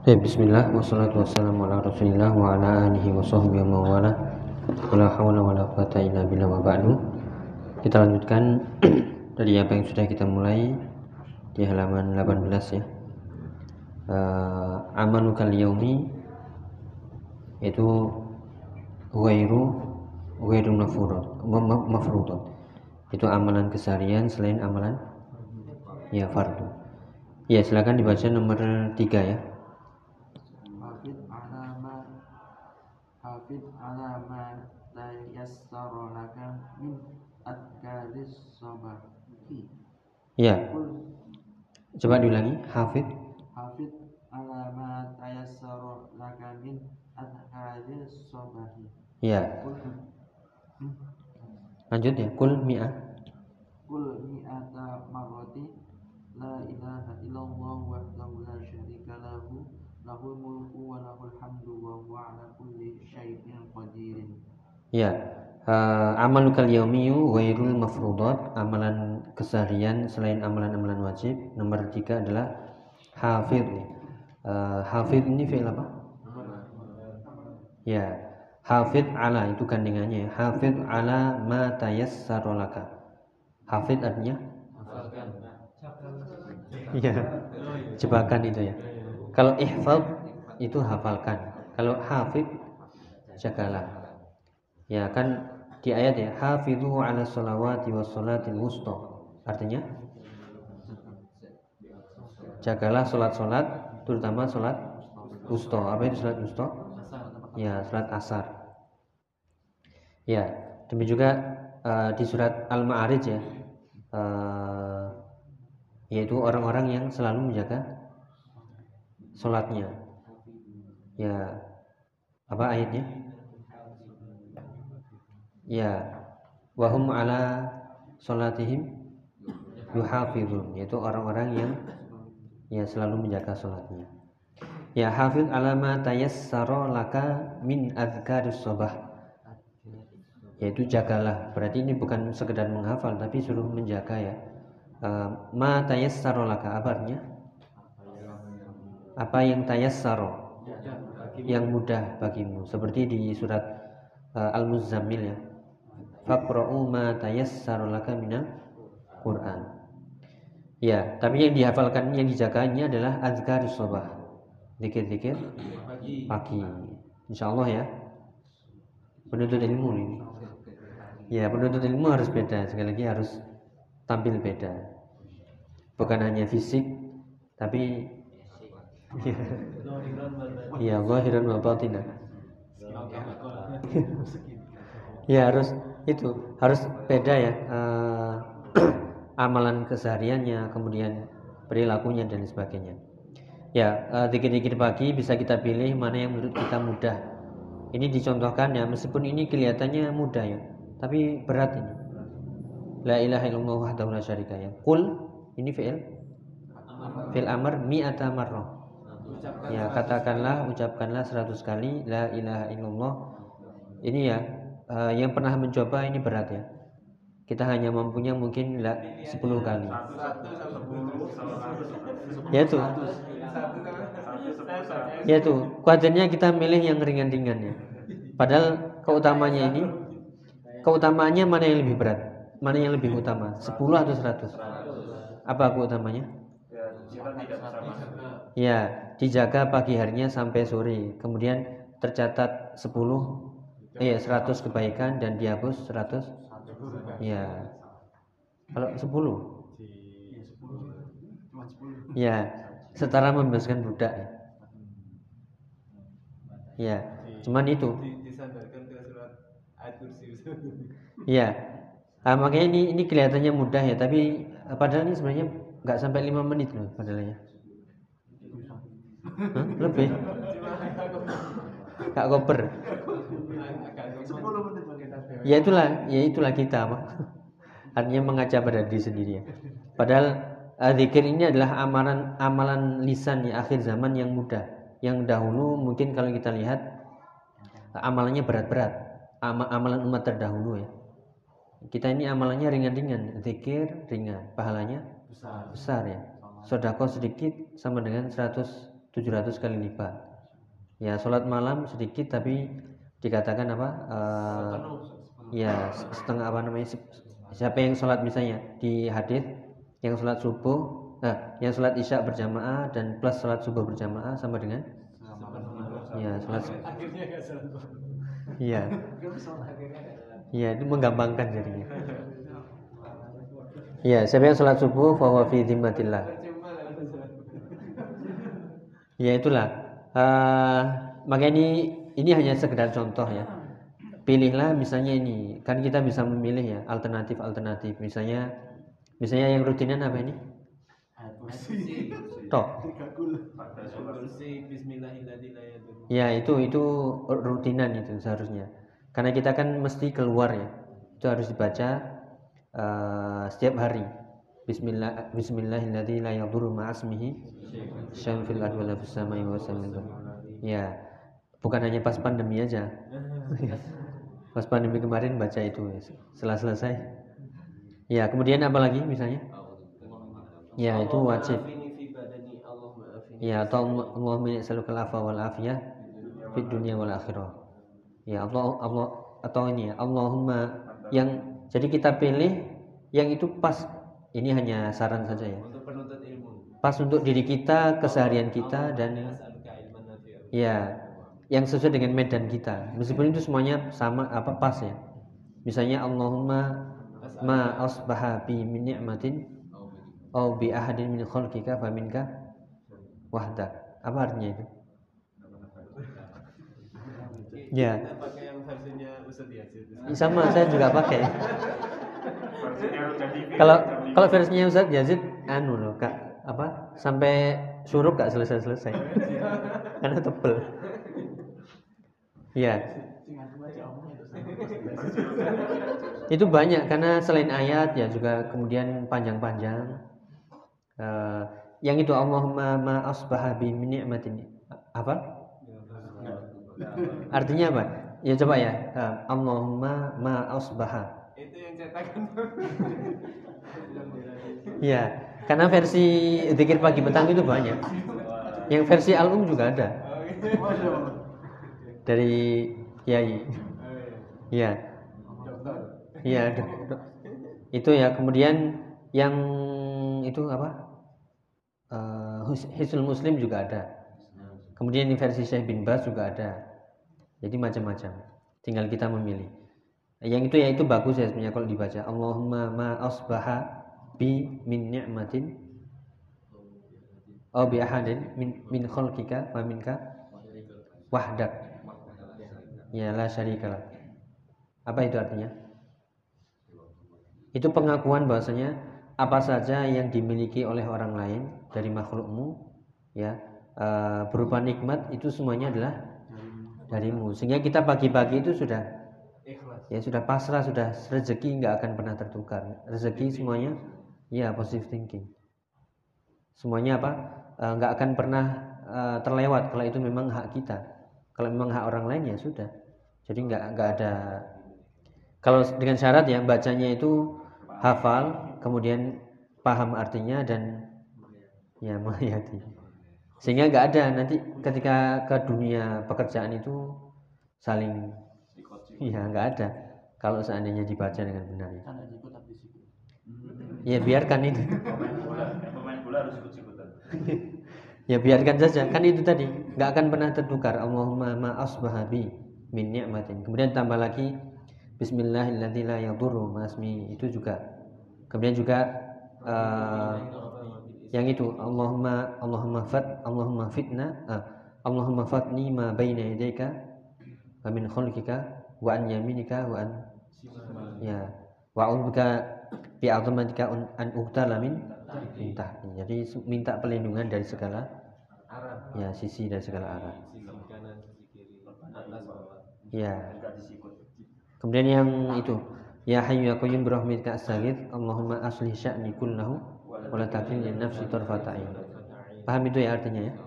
Bismillah wassalatu wassalamu ala rasulillah wa ala alihi wa sahbihi wa mawala wala hawla wala quwata illa billah wa ba'du. Kita lanjutkan dari apa yang sudah kita mulai di halaman 18 ya. Amalukal yaumi itu ghairu mafrudun. Itu amalan keseharian selain amalan ya fardu. Ya, silakan dibaca nomor 3 ya. Hafid alama la yassara laka min adkaris sabahi. Ya. Coba diulangi. Hafid alama tayassara laka min adkaris sabahi. Ya. Lanjut ya. Kul mi'ata marrati la ilaha illallah wahdahu la syarika lahu lahul mulku wa lahul hamdu wa huwa ala kulli syai'in qadir. Ya. Amalukal yaumiyu ghairul mafrudat, amalan keseharian selain amalan-amalan wajib. Nomor 3 adalah hafid. Hafid ini fi'il apa? Ya. Hafid ala itu kandungannya. Hafid ala ma tayassara laka. Hafid artinya ya, jebakan itu ya. Kalau ihfaz itu hafalkan. Kalau hafid jagalah. Ya kan di ayat ya, hafizu ala sholawati was sholatil wusta. Artinya jagalah salat-salat, terutama salat wusta. Apa itu salat wusta? Ya, salat asar. Ya, demikian juga di surat Al-Ma'arij ya. Yaitu orang-orang yang selalu menjaga salatnya. Ya, apa ayatnya? Ya, wahum ala salatihim yuhafizun, yaitu orang-orang yang ya selalu menjaga salatnya. Ya, hafiz ala ma tayassara laka min azkaris sabah, yaitu jagalah. Berarti ini bukan sekedar menghafal tapi suruh menjaga ya. Ma tayassara laka, apa artinya? Apa yang tayassara, yang mudah bagimu, seperti di surat Al-Muzammil ya. Faqra'u ma tayassara laka minal Qur'an. Ya, tapi yang dihafalkan, yang dijaganya adalah azkarus sabah, zikir-zikir pagi. Insyaallah ya. Penuntut ilmu ini. Ya, penuntut ilmu harus beda, sekali lagi harus tampil beda. Bukan hanya fisik, tapi ya zahiran wa batinan. Ya harus beda ya, amalan kesehariannya, kemudian perilakunya dan sebagainya. Ya, zikir-zikir pagi bisa kita pilih mana yang menurut kita mudah. Ini dicontohkan ya, meskipun ini kelihatannya mudah ya, tapi berat ini. La ilaha illallah wahdahu la syarika ya. Qul ini fi'il amr mi'ata marrah. Ya, katakanlah, ucapkanlah 100 kali la ilaha illallah. Ini ya, yang pernah mencoba ini berat ya. Kita hanya mampunya mungkin 10 kali. Ya tuh, kuatirnya kita milih yang ringan-ringan ya. Padahal keutamaannya mana yang lebih berat? Mana yang lebih utama? 10 atau 100? Apa keutamanya? Ya, dijaga pagi harinya sampai sore. Kemudian tercatat 100 kebaikan dan dihapus 100. Ya. Kalau 10? Ya, setara membebaskan budak. Ya, cuman itu. Ya. Makanya ini kelihatannya mudah ya, tapi padahal ini sebenarnya nggak sampai 5 menit loh padahalnya. Lebih. Kak koper. Ya itulah kita Pak. Artinya mengajak pada diri sendiri ya. Padahal zikir ini adalah amalan lisan ya, akhir zaman yang mudah. Yang dahulu mungkin kalau kita lihat amalannya berat-berat. Amalan umat terdahulu ya. Kita ini amalannya ringan-ringan, zikir ringan, pahalanya besar ya. Sedekah sedikit sama dengan 100 700 kali lipat. Ya, sholat malam sedikit tapi dikatakan apa? Ya, setengah apa namanya? Siapa yang sholat misalnya di hadis yang sholat subuh, yang sholat isya berjamaah dan plus sholat subuh berjamaah sama dengan ya sholat. Akhirnya nggak sholat. Iya. Iya, itu menggampangkan jadinya. Iya, siapa yang sholat subuh fa huwa fi dhimmatillah. Ya itulah. Maka ini hanya sekedar contoh ya. Pilihlah misalnya ini, kan kita bisa memilih ya alternatif. Misalnya yang rutinan apa ini? Toh. Ya itu rutinan itu seharusnya. Karena kita kan mesti keluar ya. Itu harus dibaca setiap hari. Bismillahilladzi la yadurru ma'asmihi syai'un fil ardi wala fis samai wa huwa. Ya, bukan hanya pas pandemi aja. Pas pandemi kemarin baca itu setelah selesai. Ya, kemudian apa lagi misalnya? Ya, itu wajib. Ya, atau Allahumma nas'alukal afwa wal afiyah fid dunya wal akhirah. Ya, Allah atau ini ya, Allahumma yang jadi kita pilih yang itu pas. Ini hanya saran saja ya. Untuk penuntut ilmu. Pas untuk diri kita, keseharian kita dan ya yang sesuai dengan medan kita. Meskipun itu semuanya sama pas ya. Misalnya Allahumma ma asbaha bi min ni'matin aw bi ahadin min khalqika faminka wahdak. Apa artinya itu? Ya. Pakai yang versinya Ustaz Yazid. Sama, saya juga pakai. Kalau versinya Ustaz Yazid loh Kak, sampai suruh gak selesai karena tebel. Ya. Itu banyak karena selain ayat ya juga kemudian panjang-panjang. Yang itu Allahumma ma asbaha bi min ni'matin. Apa? Artinya apa? Ya coba ya. Allahumma ma asbaha. Itu yang cetakan. Ya, karena versi zikir pagi petang itu banyak. Yang versi Al-Um juga ada. Dari Kiai. Ya. Iya, itu ya. Kemudian yang itu apa? Hisnul Muslim juga ada. Kemudian di versi Syekh bin Baz juga ada. Jadi macam-macam. Tinggal kita memilih. Yang itu ya itu bagus ya sebenarnya kalau dibaca. Allahumma ma asbaha bi min ni'matin aw bi ahadin min khalqika wa minka wahdak. Ya la syarikalah. Apa itu artinya? Itu pengakuan bahwasanya apa saja yang dimiliki oleh orang lain dari makhlukmu ya berupa nikmat itu semuanya adalah darimu. Sehingga kita pagi-pagi itu sudah ya sudah pasrah, sudah rezeki nggak akan pernah tertukar. Rezeki semuanya ya positive thinking. Semuanya nggak akan pernah terlewat kalau itu memang hak kita. Kalau memang hak orang lain ya sudah. Jadi nggak ada. Kalau dengan syarat ya bacanya itu hafal, kemudian paham artinya dan ya menghayati. Sehingga nggak ada nanti ketika ke dunia pekerjaan itu saling ya nggak ada. Kalau seandainya dibaca dengan benar ya. Ya biarkan itu. Pemain bola harus ikut-ikutan. Ya biarkan saja. Kan itu tadi nggak akan pernah tertukar. Allahumma ma asbaha bi min ni'matin. Kemudian tambah lagi Bismillahilladzi la yadurru ma'asmi itu juga. Kemudian juga yang itu Allahumma fatni ma baina yadayka wa min khalqika wa an yaminika wa an ya wa a'udzubika bi 'azamatika an uqtala min tahti. Jadi minta perlindungan dari segala ya sisi dari segala arah. Ya. Kemudian yang itu ya hayyu ya qayyum bi rahmatika astaghits Allahumma aslih sya'ni kullahu wa la takilni nafsi tarfata ain. Paham itu ya artinya ya?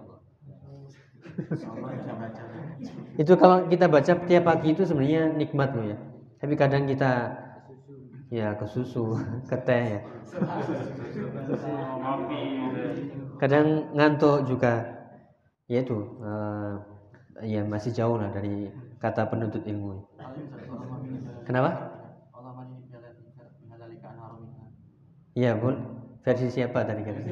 Itu kalau kita baca tiap pagi itu sebenarnya nikmat loh ya. Tapi kadang kita ya ke susu, ke teh ya. Kadang ngantuk juga. Yaitu ya masih jauh lah dari kata penuntut ilmu. Kenapa? Iya, Bul. Versi siapa tadi kan?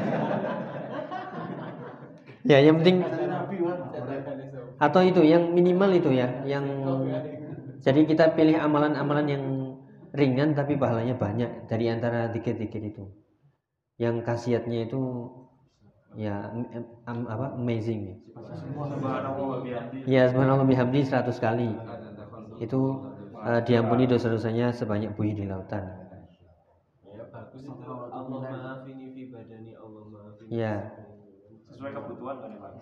Ya, yang penting atau itu yang minimal itu ya, yang jadi kita pilih amalan-amalan yang ringan tapi pahalanya banyak dari antara dikit-dikit itu. Yang khasiatnya itu ya amazing ya. Ya, subhanallah bihamdi 100 kali. Itu diampuni dosa-dosanya sebanyak buih di lautan. Allah maafini fi badani, Allah maafini. Ya. Sesuai kebutuhan kan ya Pak?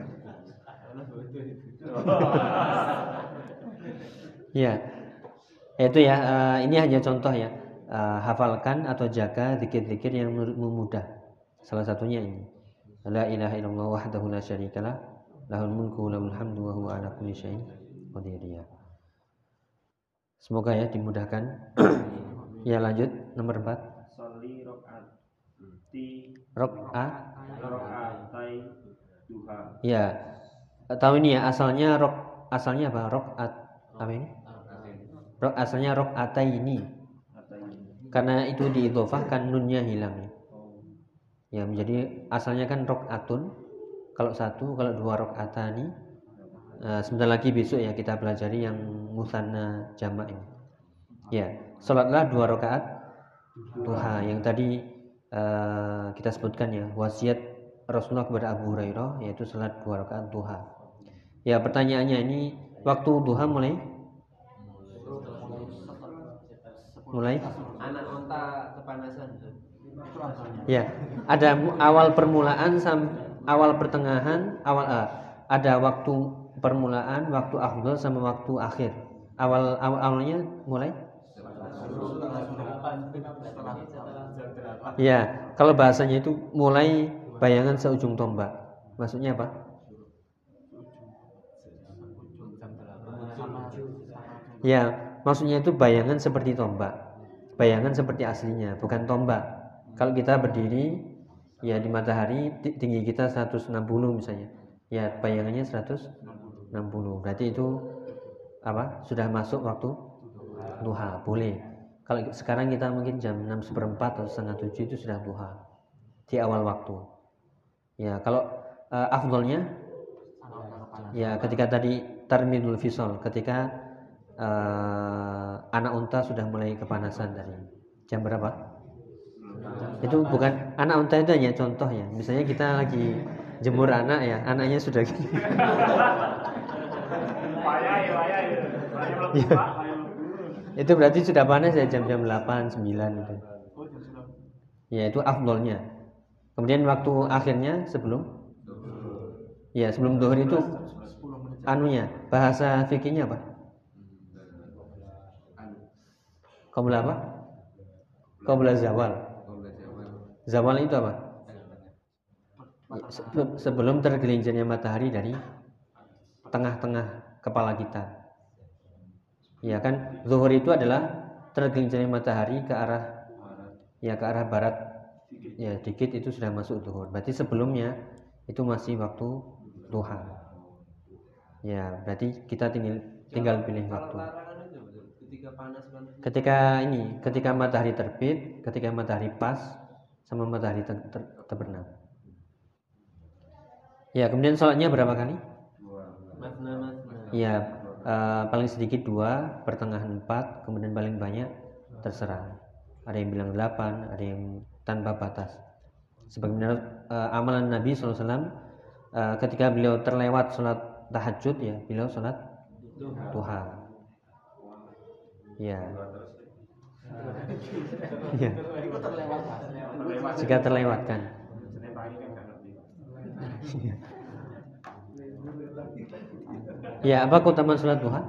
Ya. Itu ya, ini hanya contoh ya. Hafalkan atau jaga zikir-zikir yang menurutmu mudah. Salah satunya ini. La ilaha illallah wahdahu la syarikalah, lahul mulku wa lahul hamdu wa huwa ala kulli syai'in qadir. Semoga ya dimudahkan. Ya, lanjut nomor 4. Sholli Rok'atai duha. Ya. Tahu ini ya, asalnya apa? Rok'at apa ini? Asalnya rok'ataini. Karena itu diidhofahkan nunnya hilang. Ya, menjadi asalnya kan rok'atun. Kalau satu, kalau dua rok'atani. Sebentar lagi besok ya kita pelajari yang musanna jamak ini. Ya, salatlah 2 rakaat duha yang tadi kita sebutkan ya, wasiat Rasulullah kepada Abu Hurairah yaitu salat 2 rakaat duha. Ya, pertanyaannya ini waktu duha mulai anak unta kepanasan. Ya, ada awal permulaan awal pertengahan, ada waktu permulaan, waktu afdal sama waktu akhir. Awalnya mulai? Ya, kalau bahasanya itu mulai bayangan seujung tombak. Maksudnya apa? Ya, maksudnya itu bayangan seperti tombak. Bayangan seperti aslinya, bukan tombak. Kalau kita berdiri ya di matahari, tinggi kita 160 misalnya. Ya, bayangannya 160. Berarti itu apa? Sudah masuk waktu duha, boleh. Kalau sekarang kita mungkin jam 6:15 atau setengah 7 itu sudah duha di awal waktu. Ya, kalau afdolnya ya ketika tadi tarmidul fisol, ketika anak unta sudah mulai kepanasan dari jam berapa? Itu bukan anak unta, itu hanya contoh ya. Misalnya kita lagi jemur anak ya, anaknya sudah gini. Itu berarti sudah panas ya jam-jam 8, 9 gitu. Ya, itu afdolnya. Kemudian waktu akhirnya sebelum zuhur itu anunya, bahasa fikihnya apa? Qabla apa? Qabla zawal. Zawal itu apa? Sebelum tergelincirnya matahari dari tengah-tengah kepala kita. Ya kan, zuhur itu adalah tergelincirnya matahari ke arah barat. Ya, dikit itu sudah masuk zuhur. Berarti sebelumnya itu masih waktu duha. Ya, berarti kita tinggal pilih waktu. Ketika matahari terbit, ketika matahari pas sama matahari terbenam. Ya, kemudian sholatnya berapa kali? Ya, paling sedikit 2, pertengahan 4, kemudian paling banyak terserah. Ada yang bilang 8, ada yang tanpa batas. Sebagaimana amalan Nabi SAW, ketika beliau terlewat sholat tahajud ya, beliau sholat duha. Ya. Ya. Jika terlewatkan. Ya, apa keutamaan sholat duha?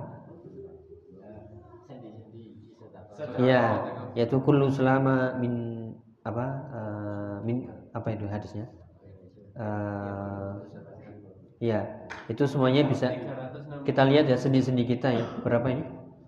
Ya, yaitu kullu selama min apa itu hadisnya? Ya, itu semuanya bisa kita lihat ya, sendi-sendi kita ya. Berapa ini?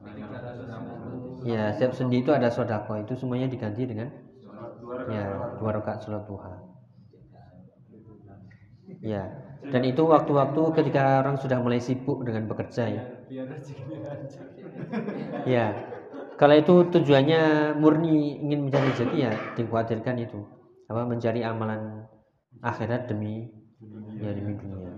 Ya, setiap sendi itu ada sedekah, itu semuanya diganti dengan 2 rakaat sholat duha. Ya. Dan itu waktu-waktu ketika orang sudah mulai sibuk dengan bekerja ya. Biar rezekinya lancar. Ya. Kalau itu tujuannya murni ingin mencari rezeki ya dikhawatirkan itu. Apa mencari amalan akhirat demi dunia.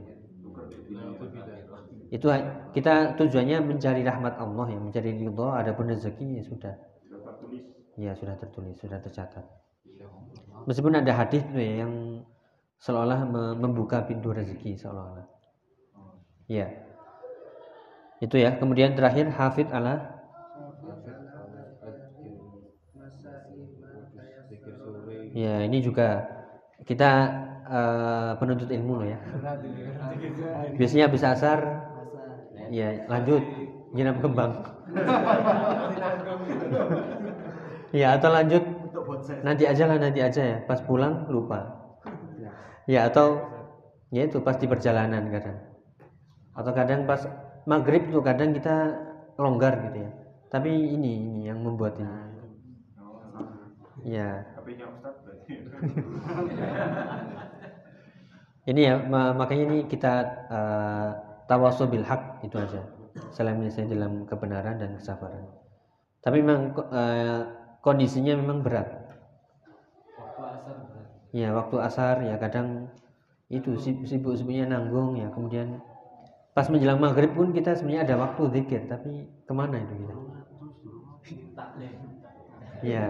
Itu kita tujuannya mencari rahmat Allah ya, mencari ridho, adapun rezeki ya sudah. Ya sudah tertulis, sudah tercatat. Meskipun ada hadis tuh ya, yang seolah membuka pintu rezeki seolah-olah. Ya. Itu ya. Kemudian terakhir hafid ala ya, ini juga kita penuntut ilmu loh ya. Biasanya habis asar ya lanjut nyiram kembang. Ya atau lanjut nanti aja ya, pas pulang lupa. Ya atau ya itu pas di perjalanan kadang. Atau kadang pas maghrib tuh kadang kita longgar gitu ya. Tapi ini yang membuat ini. Ya. Ini ya makanya ini kita tawassul bil haq itu aja. Saling menyelesaikan dalam kebenaran dan kesabaran. Tapi memang kondisinya memang berat. Waktu asar berat. Ya waktu asar ya kadang itu sibuk-sibuknya nanggung ya, kemudian pas menjelang maghrib pun kita sebenarnya ada waktu zikir, tapi kemana itu kita? Ya.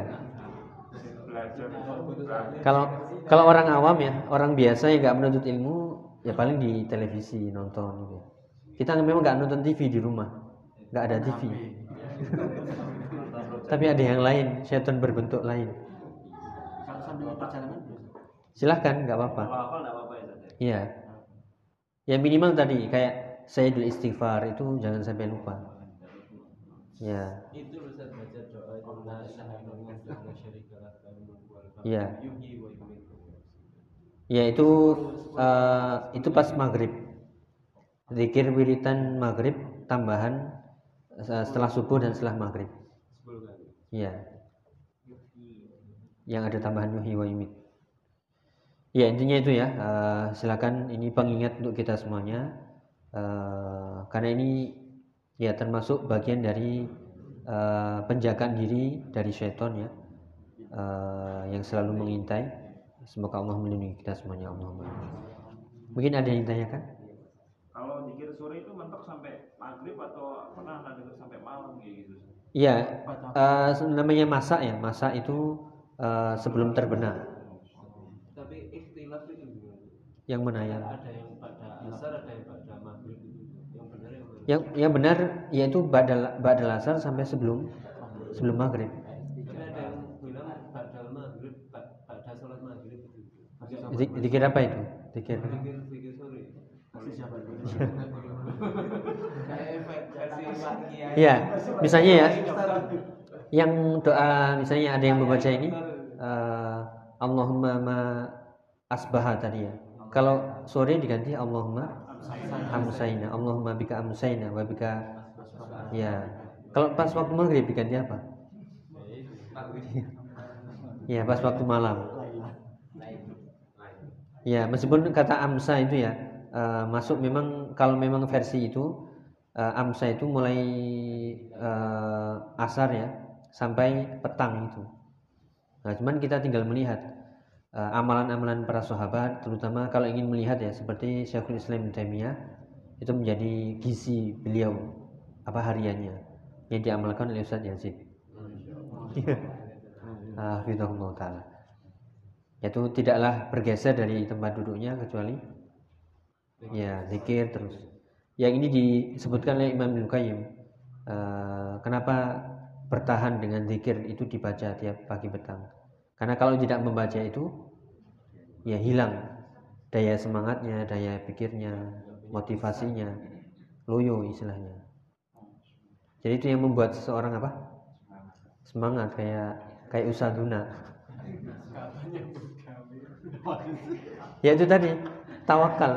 Kalau orang awam ya, orang biasa yang nggak menuntut ilmu ya paling di televisi nonton gitu. Kita memang nggak nonton TV di rumah, nggak ada TV. Tapi ada yang lain, syaitan berbentuk lain. Kalau sambil perjalanan Silahkan, nggak apa-apa. Iya. Ya minimal tadi kayak Sayyidul Istighfar itu jangan sampai lupa. Ya. Itu Ustaz baca doa itu la ilaha illallah wa syarika lah Ya. Ya itu pas maghrib. Zikir wiritan maghrib tambahan setelah subuh dan setelah maghrib. Ya. Yang ada tambahan yuhyi wa yumit. Ya intinya itu ya. Silakan ini pengingat untuk kita semuanya. Karena ini ya termasuk bagian dari penjagaan diri dari syaitan ya. Yang selalu mengintai. Semoga Allah melindungi kita semuanya. Allahumma. Mungkin ada yang ditanyakan? Kalau zikir sore itu mentok sampai maghrib atau pernah dengar sampai malam gitu? Iya, namanya masak ya. Masak itu sebelum terbenam. Tapi ikhtilaf itu gimana? Yang mana ya? Ada yang pada asar, ada yang pada maghrib itu. Yang benar yang mana? Yang benar yaitu ba'dal asar sampai sebelum maghrib. Tapi ada yang bilang pada maghrib, pada sholat maghrib itu. Zikir apa itu? Zikir sore. kasih siapa itu? Iya, misalnya ya, yang doa misalnya ada yang membaca ini, Allahumma ma asbaha tadi ya. Kalau sore diganti Allahumma amsayna, Allahumma bika amsayna wa bika. Ya. Kalau pas waktu maghrib diganti apa? Ya, pas waktu malam. Ya, meskipun kata amsa itu ya masuk memang kalau memang versi itu amsa itu mulai asar ya sampai petang itu. Nah, cuman kita tinggal melihat amalan-amalan para sahabat, terutama kalau ingin melihat ya seperti Syekhul Islam Ibnu Taimiyah itu menjadi gizi beliau hariannya yang diamalkan oleh Ustaz Yazid. Hafizahullah taala. Yaitu tidaklah bergeser dari tempat duduknya kecuali ya zikir terus. Yang ini disebutkan oleh Imam Ibnu Qayyim. Kenapa bertahan dengan zikir itu dibaca tiap pagi petang? Karena kalau tidak membaca itu ya hilang daya semangatnya, daya pikirnya, motivasinya, loyo istilahnya. Jadi itu yang membuat seseorang semangat kayak Ustadzuna. Ya itu tadi tawakal.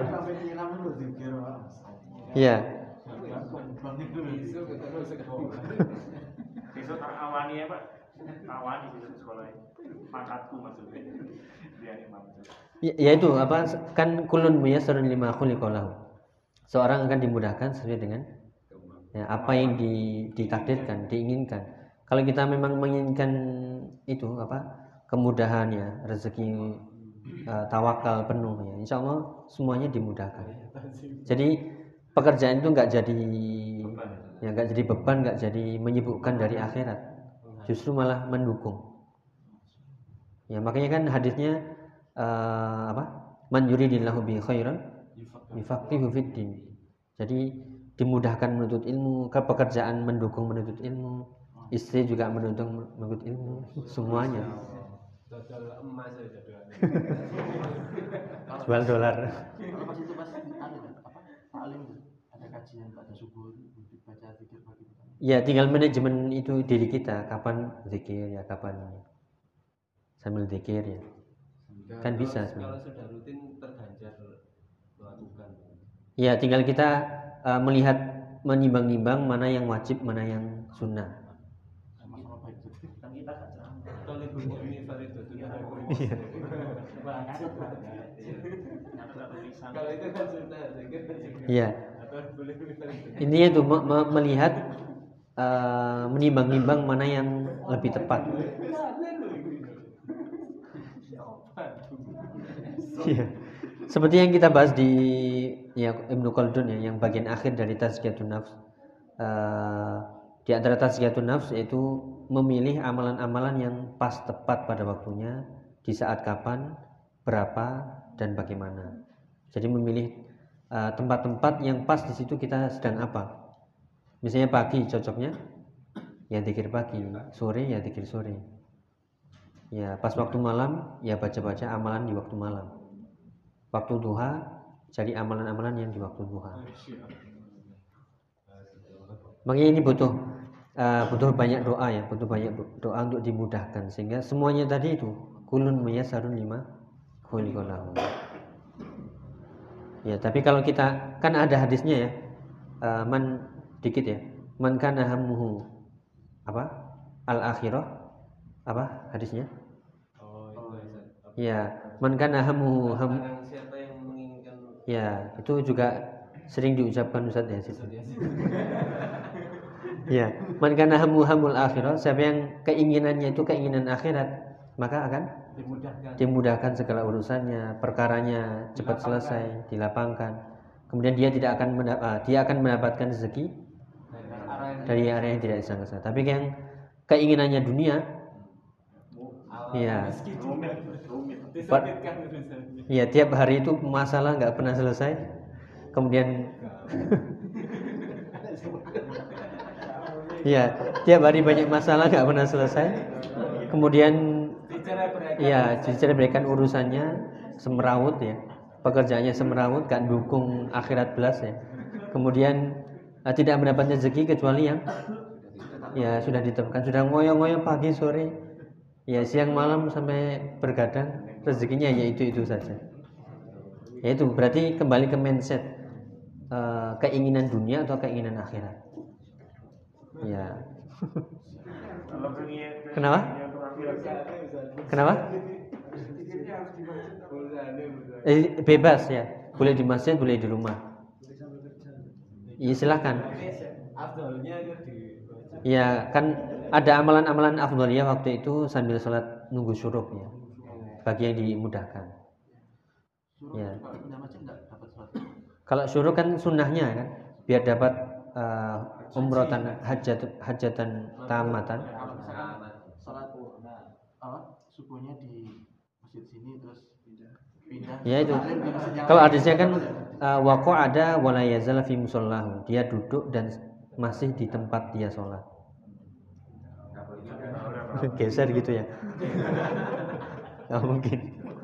Ya. Besok tak awani ya Pak. Kawani di sekolah. Makatku maksudnya. Dia imam. Ya itu apa kan kulun muyassarun lima khuliqa lahu. Seorang akan dimudahkan sesuai dengan ya, apa yang ditakdirkan, diinginkan. Kalau kita memang menginginkan itu apa kemudahan ya, rezeki tawakal penuh ya, insya Allah semuanya dimudahkan. Jadi pekerjaan itu nggak jadi beban, nggak jadi menyibukkan dari akhirat, justru malah mendukung. Ya makanya kan hadisnya man yuridillahu bi khairan yufaqihu fid din. Jadi dimudahkan menuntut ilmu, pekerjaan mendukung menuntut ilmu, istri juga mendukung menuntut ilmu, semuanya. Jual emas aja doang. Jual dolar. Kalau pas itu pas ada taklim ada kajian pada subuh dibaca zikir pagi. Ya tinggal manajemen itu diri kita, kapan zikir ya, kapan sambil zikir ya. Kan bisa kalau sudah rutin terganjar melakukan. Ya tinggal kita melihat menimbang-nimbang mana yang wajib, mana yang sunnah. Sama-sama baik itu. Kan kita gak ceramah. Kalau ibu ini Farid itu kalau itu kan sunnah, zikir kan zikir. Iya. Atau boleh Intinya itu melihat menimbang-nimbang mana yang lebih tepat. Iya. Seperti yang kita bahas di ya Ibnu Khaldun ya, yang bagian akhir dari Tazkiyatun Nafs. Di antara Tazkiyatun Nafs yaitu memilih amalan-amalan yang pas tepat pada waktunya, di saat kapan, berapa dan bagaimana. Jadi memilih tempat-tempat yang pas di situ kita sedang apa. Misalnya pagi cocoknya ya zikir pagi, sore ya zikir sore. Ya pas waktu malam ya baca-baca amalan di waktu malam. Waktu duha cari amalan-amalan yang di waktu duha. Makanya ini butuh banyak doa ya, butuh banyak doa untuk dimudahkan sehingga semuanya tadi itu kulun muyassarun lima khuliqa lahu. Ya, tapi kalau kita kan ada hadisnya ya. Man dikit ya. Man kana hammuhu apa? Al-akhirah. Apa hadisnya? Ya, man kana hammuhu siapa yang menginginkan. Ya, itu juga sering diucapkan Ustaz ya situ. Ya, man kana hamul akhirah, siapa yang keinginannya itu keinginan akhirat, maka akan dimudahkan segala urusannya, perkaranya cepat selesai, dilapangkan. Kemudian dia akan mendapatkan rezeki dari area yang tidak disangka. Tapi yang keinginannya dunia, ya, ya tiap hari itu masalah nggak pernah selesai. Kemudian, ya tiap hari banyak masalah nggak pernah selesai. Kemudian, ya diceraikan urusannya semeraut ya, pekerjaannya semeraut, nggak dukung akhirat belas ya. Kemudian tidak mendapat rezeki kecuali yang ya sudah ditetapkan, sudah ngoyo-ngoyo pagi sore, ya siang malam sampai bergadang, rezekinya ya itu saja. Ya itu berarti kembali ke mindset, keinginan dunia atau keinginan akhirat. Ya. Kenapa? Kenapa? Bebas ya, boleh di masjid, boleh di rumah. Iya silakan. Ya kan ada amalan-amalan afdhaliyah waktu itu sambil sholat nunggu syuruk ya, bagi yang dimudahkan. Ya. Kalau syuruk kan sunnahnya kan, biar dapat umrotan hajatan tamatan. Sholat subuhnya di masjid sini terus pindah. Ya itu. Kalau hadisnya kan waqa'ada wala yazal fi musallahu, dia duduk dan masih di tempat dia sholat. Geser gitu ya. Nggak mungkin.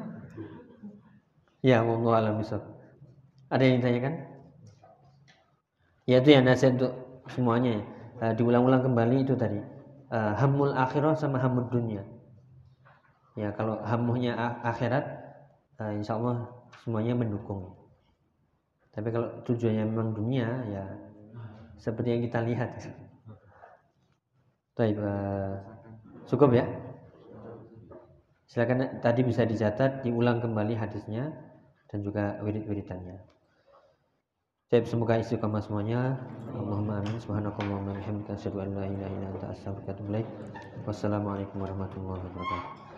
Ya, wallahu a'lam bishawab. Ada yang ditanyakan? Ya itu ya nasihat untuk semuanya ya. Diulang-ulang kembali itu tadi. Hammul akhirah sama hammud dunia. Ya kalau hammuhnya akhirat, insya Allah semuanya mendukung. Tapi kalau tujuannya memang dunia, ya seperti yang kita lihat. Baik, Cukup ya? Silakan tadi bisa dicatat, diulang kembali hadisnya dan juga wirid-wiridannya. Semoga istiqamah semuanya. Allahumma amin. Subhanakallahumma wa bihamdika asyhadu an la ilaha illa anta astaghfiruka wa atubu ilaik. Wassalamualaikum warahmatullahi wabarakatuh.